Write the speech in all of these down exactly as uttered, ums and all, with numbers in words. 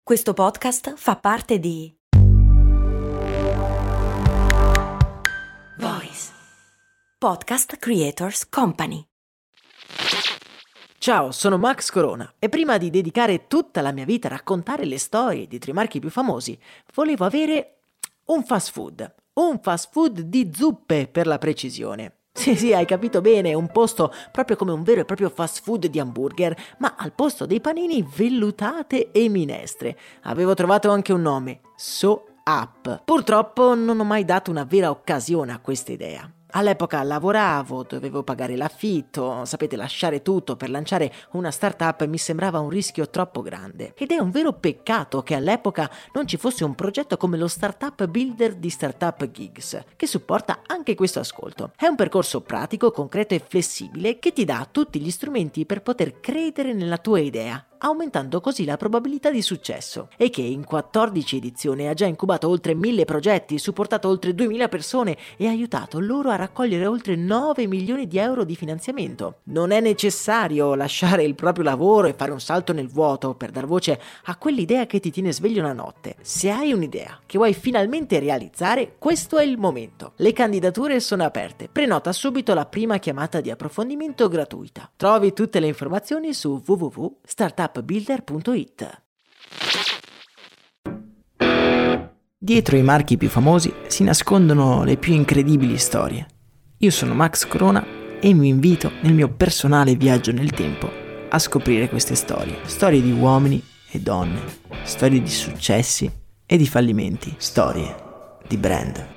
Questo podcast fa parte di Voice Podcast Creators Company. Ciao, sono Max Corona e prima di dedicare tutta la mia vita a raccontare le storie di tre marchi più famosi, volevo avere un fast food, un fast food di zuppe per la precisione. Sì, sì, hai capito bene, un posto proprio come un vero e proprio fast food di hamburger, ma al posto dei panini vellutate e minestre. Avevo trovato anche un nome, So Up. Purtroppo non ho mai dato una vera occasione a questa idea. All'epoca lavoravo, dovevo pagare l'affitto, sapete, lasciare tutto per lanciare una startup mi sembrava un rischio troppo grande. Ed è un vero peccato che all'epoca non ci fosse un progetto come lo Startup Builder di Startup Gigs, che supporta anche questo ascolto. È un percorso pratico, concreto e flessibile che ti dà tutti gli strumenti per poter credere nella tua idea, aumentando così la probabilità di successo, e che in quattordici edizioni ha già incubato oltre mille progetti, supportato oltre duemila persone e aiutato loro a raccogliere oltre nove milioni di euro di finanziamento. Non è necessario lasciare il proprio lavoro e fare un salto nel vuoto per dar voce a quell'idea che ti tiene sveglio la notte. Se hai un'idea che vuoi finalmente realizzare, questo è il momento. Le candidature sono aperte. Prenota subito la prima chiamata di approfondimento gratuita. Trovi tutte le informazioni su w w w punto startup builder punto it. Dietro i marchi più famosi si nascondono le più incredibili storie. Io sono Max Corona e vi invito nel mio personale viaggio nel tempo a scoprire queste storie. Storie di uomini e donne, storie di successi e di fallimenti, storie di brand.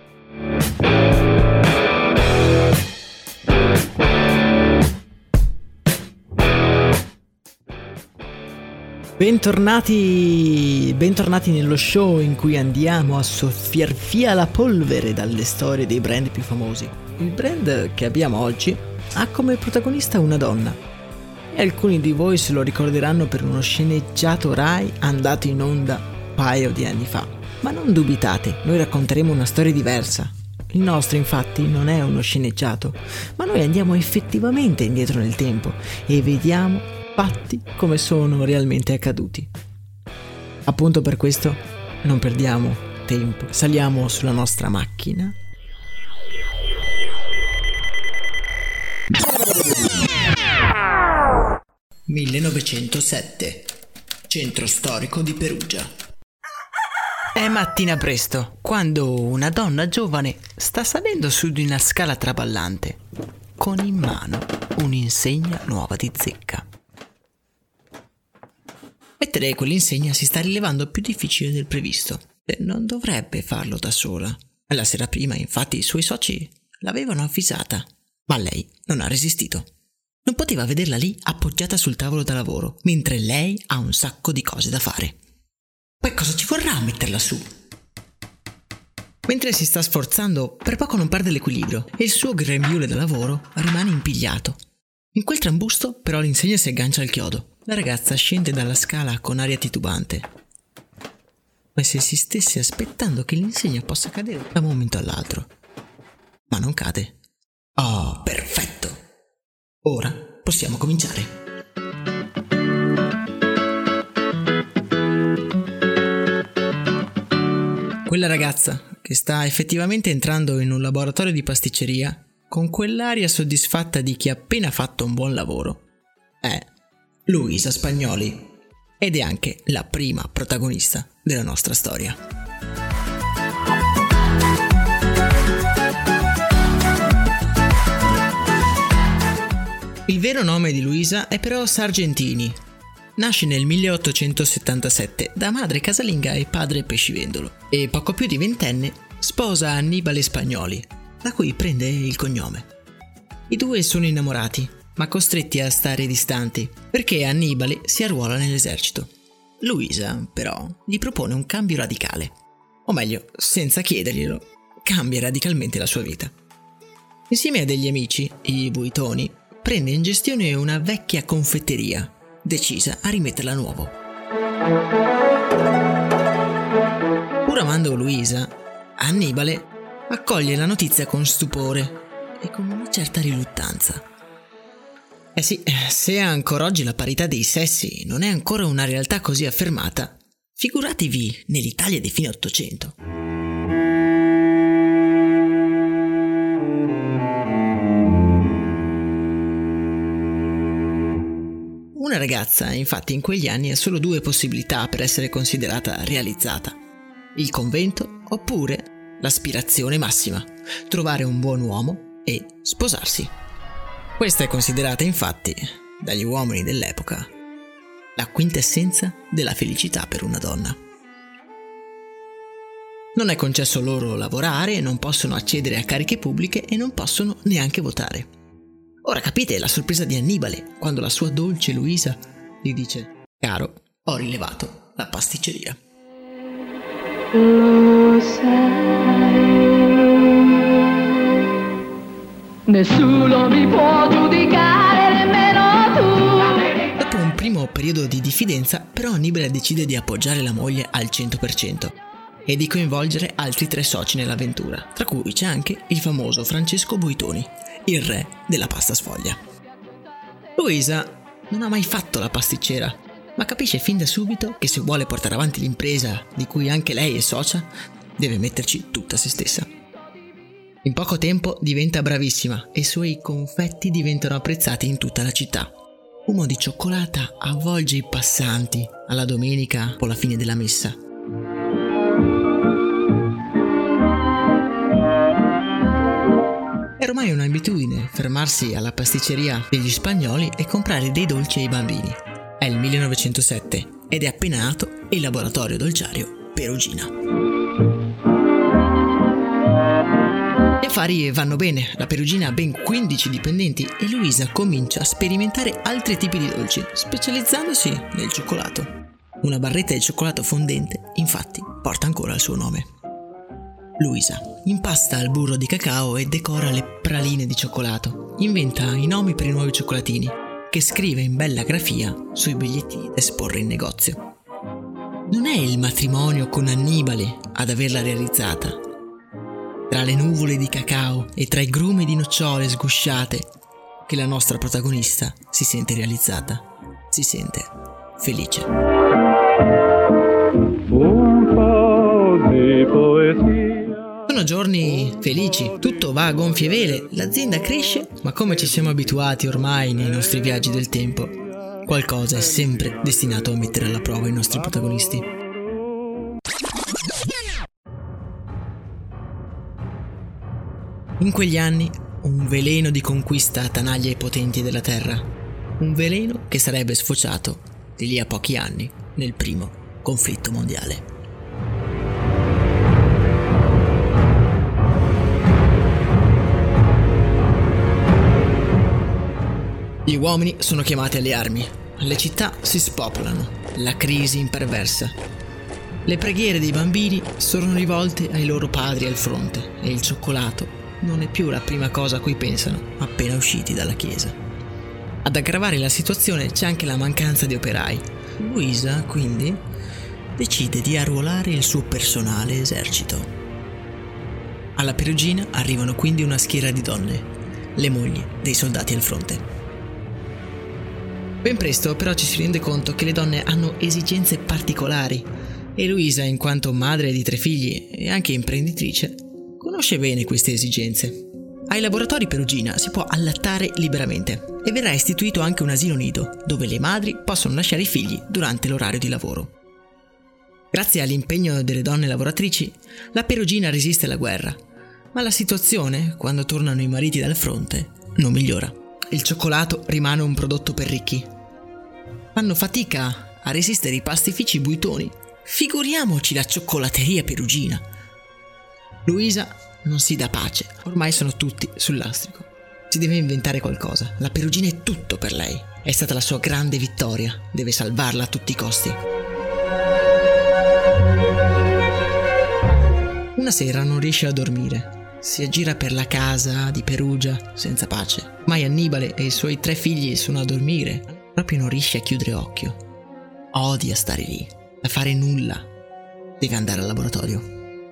Bentornati, bentornati nello show in cui andiamo a soffiar via la polvere dalle storie dei brand più famosi. Il brand che abbiamo oggi ha come protagonista una donna e alcuni di voi se lo ricorderanno per uno sceneggiato Rai andato in onda un paio di anni fa. Ma non dubitate, noi racconteremo una storia diversa. Il nostro infatti non è uno sceneggiato, ma noi andiamo effettivamente indietro nel tempo e vediamo fatti come sono realmente accaduti. Appunto per questo non perdiamo tempo, saliamo sulla nostra macchina millenovecentosette, centro storico di Perugia. È mattina presto, quando una donna giovane sta salendo su di una scala traballante, con in mano un'insegna nuova di zecca. Mettere quell'insegna si sta rilevando più difficile del previsto e non dovrebbe farlo da sola. La sera prima, infatti, i suoi soci l'avevano avvisata, ma lei non ha resistito. Non poteva vederla lì appoggiata sul tavolo da lavoro, mentre lei ha un sacco di cose da fare. Poi cosa ci vorrà a metterla su? Mentre si sta sforzando, per poco non perde l'equilibrio e il suo grembiule da lavoro rimane impigliato. In quel trambusto, però, l'insegna si aggancia al chiodo. La ragazza scende dalla scala con aria titubante, come se si stesse aspettando che l'insegna possa cadere da un momento all'altro. Ma non cade. Oh, perfetto! Ora possiamo cominciare. Quella ragazza, che sta effettivamente entrando in un laboratorio di pasticceria, con quell'aria soddisfatta di chi ha appena fatto un buon lavoro, è Luisa Spagnoli ed è anche la prima protagonista della nostra storia. Il vero nome di Luisa è però Sargentini. Nasce nel milleottocentosettantasette da madre casalinga e padre pescivendolo e poco più di ventenne sposa Annibale Spagnoli, da cui prende il cognome. I due sono innamorati, ma costretti a stare distanti, perché Annibale si arruola nell'esercito. Luisa, però, gli propone un cambio radicale. O meglio, senza chiederglielo, cambia radicalmente la sua vita. Insieme a degli amici, i Buitoni, prende in gestione una vecchia confetteria, decisa a rimetterla a nuovo. Pur amando Luisa, Annibale accoglie la notizia con stupore e con una certa riluttanza. Eh sì, se ancora oggi la parità dei sessi non è ancora una realtà così affermata, Figuratevi nell'Italia di fine Ottocento. Una ragazza, infatti, in quegli anni ha solo due possibilità per essere considerata realizzata: il convento oppure l'aspirazione massima, trovare un buon uomo e sposarsi. Questa è considerata, infatti, dagli uomini dell'epoca, la quintessenza della felicità per una donna. Non è concesso loro lavorare, non possono accedere a cariche pubbliche e non possono neanche votare. Ora capite la sorpresa di Annibale quando la sua dolce Luisa gli dice: caro, ho rilevato la pasticceria. Lo sai, nessuno mi può giudicare, nemmeno tu. Dopo un primo periodo di diffidenza, però Annibale decide di appoggiare la moglie al cento per cento e di coinvolgere altri tre soci nell'avventura, tra cui c'è anche il famoso Francesco Boitoni, il re della pasta sfoglia. Luisa non ha mai fatto la pasticcera, ma capisce fin da subito che se vuole portare avanti l'impresa di cui anche lei è socia, deve metterci tutta se stessa. In poco tempo diventa bravissima e i suoi confetti diventano apprezzati in tutta la città. Uno di cioccolata avvolge i passanti alla domenica o alla fine della messa. È ormai un'abitudine fermarsi alla pasticceria degli spagnoli e comprare dei dolci ai bambini. È il millenovecentosette ed è appena nato il laboratorio dolciario Perugina. Gli affari vanno bene, la Perugina ha ben quindici dipendenti e Luisa comincia a sperimentare altri tipi di dolci, specializzandosi nel cioccolato. Una barretta di cioccolato fondente, infatti, porta ancora il suo nome. Luisa impasta il burro di cacao e decora le praline di cioccolato. Inventa i nomi per i nuovi cioccolatini, che scrive in bella grafia sui bigliettini da esporre in negozio. Non è il matrimonio con Annibale ad averla realizzata. Tra le nuvole di cacao e tra i grumi di nocciole sgusciate che la nostra protagonista si sente realizzata, si sente felice. Un po' di poesia. Sono giorni felici, tutto va a gonfie vele, l'azienda cresce, ma come ci siamo abituati ormai nei nostri viaggi del tempo, qualcosa è sempre destinato a mettere alla prova i nostri protagonisti. In quegli anni, un veleno di conquista attanaglia i potenti della terra, un veleno che sarebbe sfociato di lì a pochi anni nel primo conflitto mondiale. Gli uomini sono chiamati alle armi, le città si spopolano, la crisi imperversa. Le preghiere dei bambini sono rivolte ai loro padri al fronte e il cioccolato non è più la prima cosa a cui pensano appena usciti dalla chiesa. Ad aggravare la situazione c'è anche la mancanza di operai. Luisa, quindi, decide di arruolare il suo personale esercito. Alla Perugina arrivano quindi una schiera di donne, le mogli dei soldati al fronte. Ben presto però ci si rende conto che le donne hanno esigenze particolari e Luisa, in quanto madre di tre figli e anche imprenditrice, conosce bene queste esigenze. Ai laboratori Perugina si può allattare liberamente e verrà istituito anche un asilo nido dove le madri possono lasciare i figli durante l'orario di lavoro. Grazie all'impegno delle donne lavoratrici, la Perugina resiste alla guerra, ma la situazione, quando tornano i mariti dal fronte, non migliora. Il cioccolato rimane un prodotto per ricchi. Fanno fatica a resistere i pastifici Boitoni. Figuriamoci la cioccolateria Perugina. Luisa non si dà pace, ormai sono tutti sul lastrico. Si deve inventare qualcosa. La Perugina è tutto per lei. È stata la sua grande vittoria. Deve salvarla a tutti i costi. Una sera non riesce a dormire. Si aggira per la casa di Perugia senza pace. Mai Annibale e i suoi tre figli sono a dormire. Proprio non riesce a chiudere occhio. Odia stare lì, a fare nulla. Deve andare al laboratorio.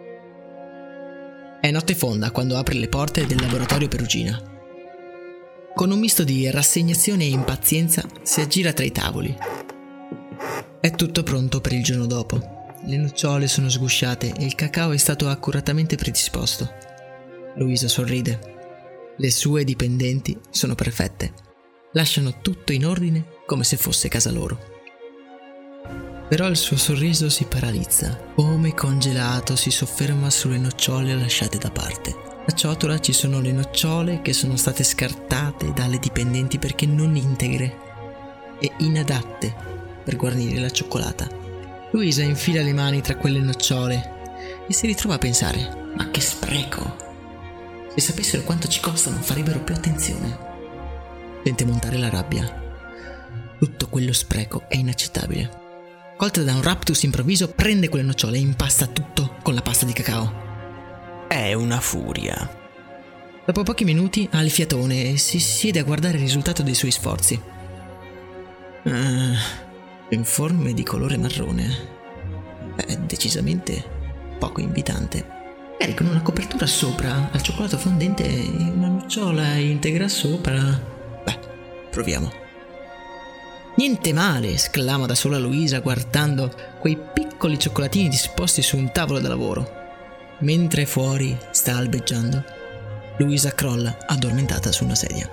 È notte fonda quando apre le porte del laboratorio Perugina. Con un misto di rassegnazione e impazienza si aggira tra i tavoli. È tutto pronto per il giorno dopo. le nocciole sono sgusciate e il cacao è stato accuratamente predisposto. Luisa sorride. Le sue dipendenti sono perfette. Lasciano tutto in ordine come se fosse casa loro. Però il suo sorriso si paralizza. Come congelato si sofferma sulle nocciole lasciate da parte. A ciotola ci sono le nocciole che sono state scartate dalle dipendenti perché non integre e inadatte per guarnire la cioccolata. Luisa infila le mani tra quelle nocciole e si ritrova a pensare: ma che spreco! Se sapessero quanto ci costano farebbero più attenzione. Sente montare la rabbia. Tutto quello spreco è inaccettabile. Colta da un raptus improvviso, prende quelle nocciole e impasta tutto con la pasta di cacao. È una furia. Dopo pochi minuti ha il fiatone e si siede a guardare il risultato dei suoi sforzi. Uh, informe di colore marrone. È decisamente poco invitante. Magari con una copertura sopra, al cioccolato fondente e una nocciola integra sopra. Beh, proviamo. Niente male, esclama da sola Luisa guardando quei piccoli cioccolatini disposti su un tavolo da lavoro. Mentre fuori sta albeggiando, Luisa crolla addormentata su una sedia.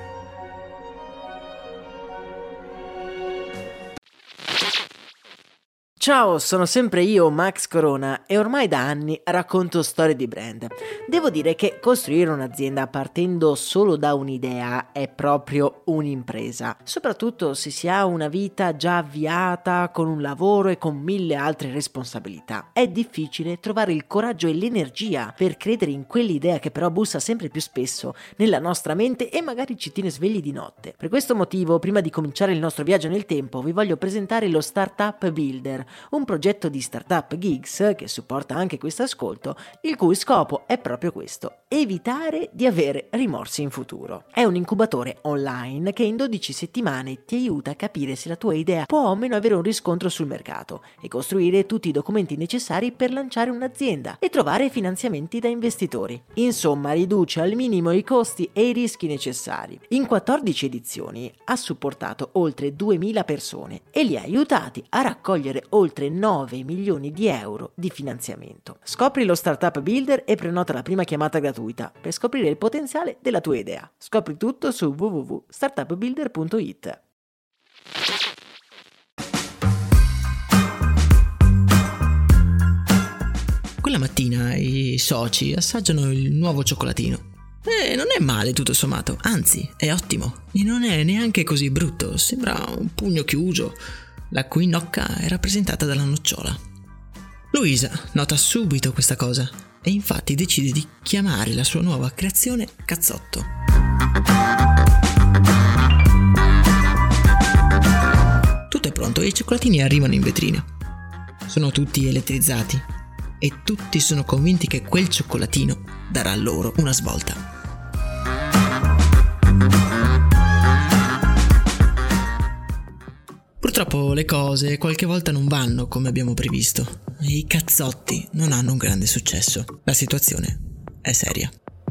Ciao, sono sempre io, Max Corona, e ormai da anni racconto storie di brand. Devo dire che costruire un'azienda partendo solo da un'idea è proprio un'impresa, soprattutto se si ha una vita già avviata con un lavoro e con mille altre responsabilità. È difficile trovare il coraggio e l'energia per credere in quell'idea che però bussa sempre più spesso nella nostra mente e magari ci tiene svegli di notte. Per questo motivo, prima di cominciare il nostro viaggio nel tempo, vi voglio presentare lo Startup Builder, un progetto di Startup Geeks che supporta anche questo ascolto, il cui scopo è proprio questo: evitare di avere rimorsi in futuro. È un incubatore online che in dodici settimane ti aiuta a capire se la tua idea può o meno avere un riscontro sul mercato e costruire tutti i documenti necessari per lanciare un'azienda e trovare finanziamenti da investitori. Insomma, riduce al minimo i costi e i rischi necessari. In quattordici edizioni ha supportato oltre duemila persone e li ha aiutati a raccogliere oltre nove milioni di euro di finanziamento. Scopri lo Startup Builder e prenota la prima chiamata gratuita per scoprire il potenziale della tua idea. Scopri tutto su w w w punto startup builder punto i t. Quella mattina i soci assaggiano il nuovo cioccolatino. E non è male tutto sommato, anzi è ottimo e non è neanche così brutto, sembra un pugno chiuso, la cui nocca è rappresentata dalla nocciola. Luisa nota subito questa cosa e infatti decide di chiamare la sua nuova creazione Cazzotto. Tutto è pronto e i cioccolatini arrivano in vetrina. Sono tutti elettrizzati e tutti sono convinti che quel cioccolatino darà loro una svolta. Purtroppo le cose qualche volta non vanno come abbiamo previsto e i cazzotti non hanno un grande successo. La situazione è seria.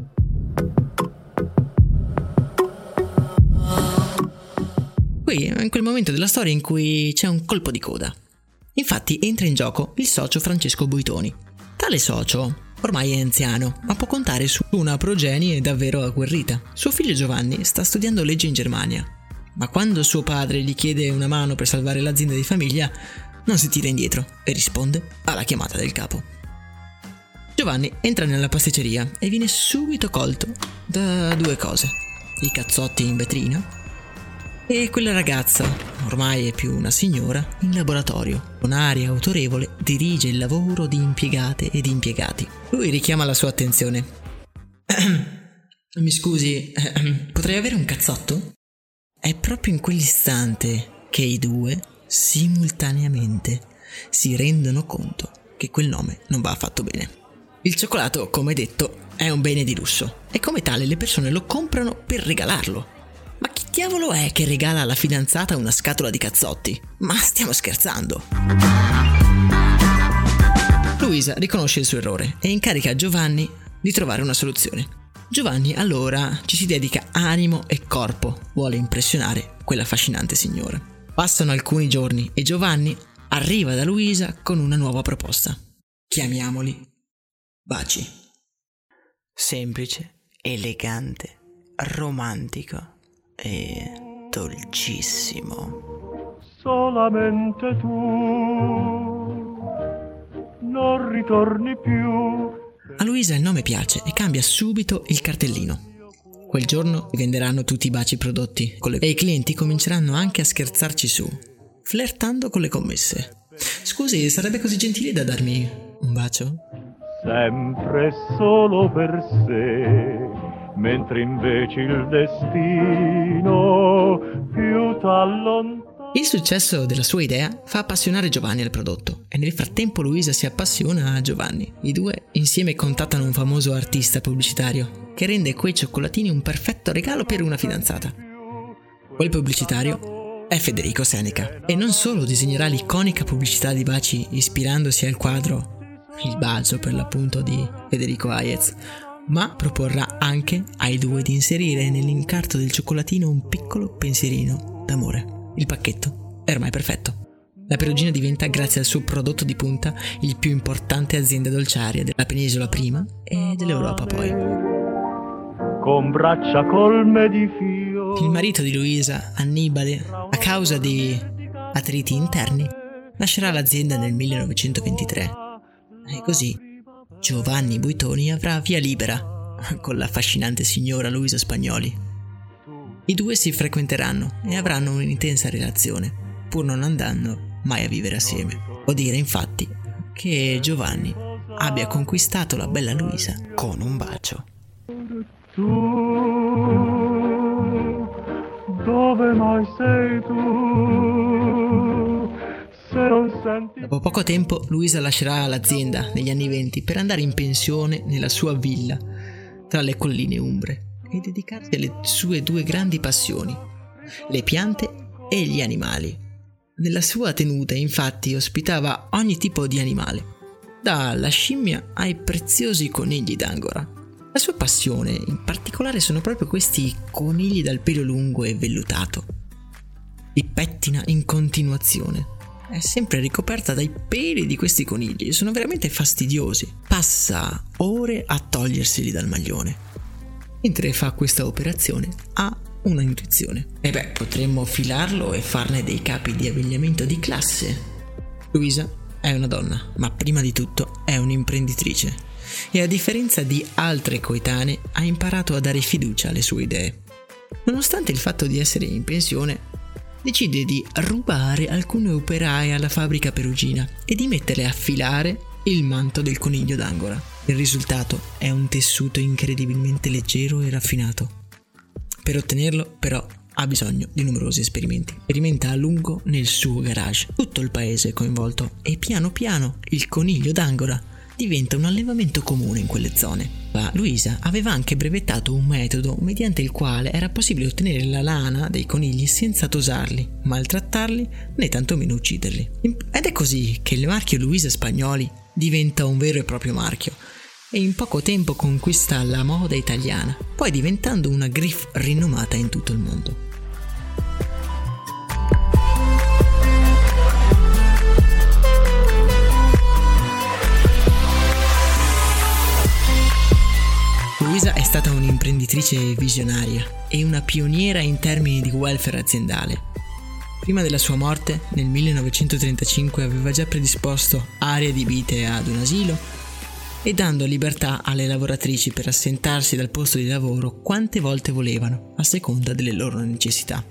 Qui è in quel momento della storia in cui c'è un colpo di coda. Infatti entra in gioco il socio Francesco Buitoni. Tale socio ormai è anziano, ma può contare su una progenie davvero agguerrita. Suo figlio Giovanni sta studiando legge in Germania, ma quando suo padre gli chiede una mano per salvare l'azienda di famiglia, non si tira indietro e risponde alla chiamata del capo. Giovanni entra nella pasticceria e viene subito colto da due cose: i cazzotti in vetrina e quella ragazza, ormai è più una signora, in laboratorio, con aria autorevole, dirige il lavoro di impiegate e di impiegati. Lui richiama la sua attenzione. Mi scusi, potrei avere un cazzotto? È proprio in quell'istante che i due, simultaneamente, si rendono conto che quel nome non va affatto bene. Il cioccolato, come detto, è un bene di lusso e come tale le persone lo comprano per regalarlo. Ma chi diavolo è che regala alla fidanzata una scatola di cazzotti? Ma stiamo scherzando? Luisa riconosce il suo errore e incarica Giovanni di trovare una soluzione. Giovanni allora ci si dedica animo e corpo, vuole impressionare quella affascinante signora. Passano alcuni giorni e Giovanni arriva da Luisa con una nuova proposta. Chiamiamoli baci. Semplice, elegante, romantico e dolcissimo. Solamente tu non ritorni più. A Luisa il nome piace e cambia subito il cartellino. Quel giorno venderanno tutti i baci prodotti con le... e i clienti cominceranno anche a scherzarci su, flirtando con le commesse. Scusi, sarebbe così gentile da darmi un bacio? Sempre solo per sé, mentre invece il destino più t'allontana. Il successo della sua idea fa appassionare Giovanni al prodotto e nel frattempo Luisa si appassiona a Giovanni. I due insieme contattano un famoso artista pubblicitario che rende quei cioccolatini un perfetto regalo per una fidanzata. Quel pubblicitario è Federico Seneca e non solo disegnerà l'iconica pubblicità di baci ispirandosi al quadro Il bacio per l'appunto di Federico Hayez, ma proporrà anche ai due di inserire nell'incarto del cioccolatino un piccolo pensierino d'amore. Il pacchetto è ormai perfetto. La Perugina diventa, grazie al suo prodotto di punta, il più importante azienda dolciaria della penisola prima e dell'Europa poi. Con braccia colme di fiori. Il marito di Luisa, Annibale, a causa di attriti interni, lascerà l'azienda nel millenovecentoventitré. E così Giovanni Buitoni avrà via libera con l'affascinante signora Luisa Spagnoli. I due si frequenteranno e avranno un'intensa relazione, pur non andando mai a vivere assieme. Può dire infatti che Giovanni abbia conquistato la bella Luisa con un bacio. Tu, dove mai sei tu? Se non senti... Dopo poco tempo Luisa lascerà l'azienda negli anni venti per andare in pensione nella sua villa tra le colline umbre e dedicarsi alle sue due grandi passioni, le piante e gli animali. Nella sua tenuta infatti ospitava ogni tipo di animale, dalla scimmia ai preziosi conigli d'Angora. La sua passione in particolare sono proprio questi conigli dal pelo lungo e vellutato. Li pettina in continuazione. È sempre ricoperta dai peli di questi conigli, sono veramente fastidiosi. Passa ore a toglierseli dal maglione. Mentre fa questa operazione ha una intuizione. E beh, potremmo filarlo e farne dei capi di abbigliamento di classe. Luisa è una donna, ma prima di tutto è un'imprenditrice. E a differenza di altre coetanee ha imparato a dare fiducia alle sue idee. Nonostante il fatto di essere in pensione, decide di rubare alcune operaie alla fabbrica perugina e di metterle a filare il manto del coniglio d'Angora. Il risultato è un tessuto incredibilmente leggero e raffinato. Per ottenerlo, però, ha bisogno di numerosi esperimenti. Sperimenta a lungo nel suo garage. Tutto il paese è coinvolto e piano piano il coniglio d'Angora diventa un allevamento comune in quelle zone. Ma Luisa aveva anche brevettato un metodo mediante il quale era possibile ottenere la lana dei conigli senza tosarli, maltrattarli né tantomeno ucciderli. Ed è così che il marchio Luisa Spagnoli diventa un vero e proprio marchio e in poco tempo conquista la moda italiana, poi diventando una griffe rinomata in tutto il mondo. Luisa è stata un'imprenditrice visionaria e una pioniera in termini di welfare aziendale. Prima della sua morte, nel millenovecentotrentacinque, aveva già predisposto aree adibite ad un asilo e dando libertà alle lavoratrici per assentarsi dal posto di lavoro quante volte volevano, a seconda delle loro necessità.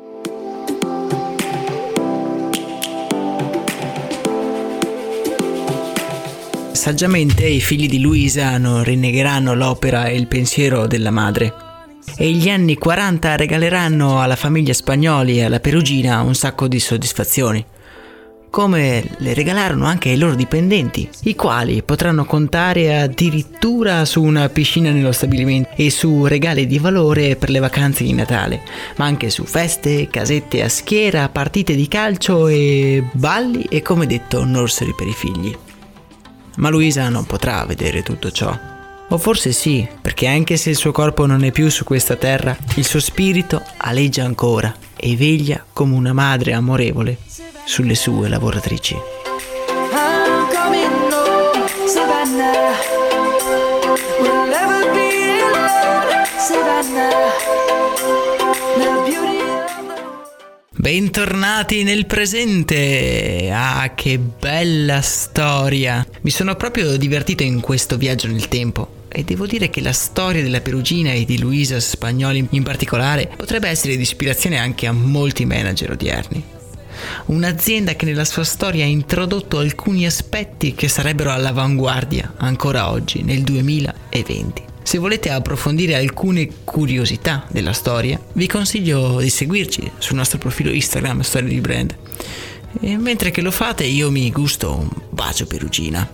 Saggiamente i figli di Luisa non rinnegheranno l'opera e il pensiero della madre e gli anni quaranta regaleranno alla famiglia Spagnoli e alla Perugina un sacco di soddisfazioni, come le regalarono anche ai loro dipendenti, i quali potranno contare addirittura su una piscina nello stabilimento e su regali di valore per le vacanze di Natale, ma anche su feste, casette a schiera, partite di calcio e balli e, come detto, nursery per i figli. Ma Luisa non potrà vedere tutto ciò. O forse sì, perché anche se il suo corpo non è più su questa terra, il suo spirito aleggia ancora e veglia come una madre amorevole sulle sue lavoratrici. I'm coming home, Savannah. We'll never be alone, Savannah. The beauty of the... Bentornati nel presente! Ah, che bella storia! Mi sono proprio divertito in questo viaggio nel tempo. E devo dire che la storia della Perugina e di Luisa Spagnoli in particolare potrebbe essere di ispirazione anche a molti manager odierni. Un'azienda che nella sua storia ha introdotto alcuni aspetti che sarebbero all'avanguardia ancora oggi, nel duemilaventi. Se volete approfondire alcune curiosità della storia, vi consiglio di seguirci sul nostro profilo Instagram Storia di Brand. E mentre che lo fate, io mi gusto un bacio Perugina.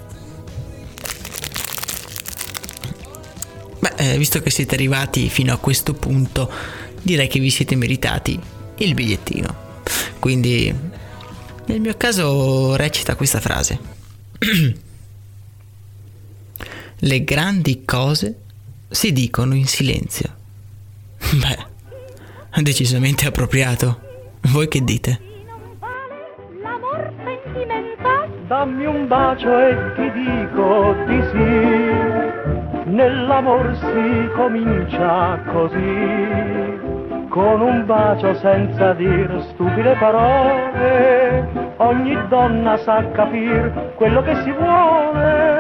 Beh, eh, visto che siete arrivati fino a questo punto, direi che vi siete meritati il bigliettino. Quindi, nel mio caso, recita questa frase. Le grandi cose si dicono in silenzio. Beh, decisamente appropriato. Voi che dite? Dammi un bacio e ti dico di sì. Nell'amor si comincia così, con un bacio senza dir stupide parole. Ogni donna sa capir quello che si vuole.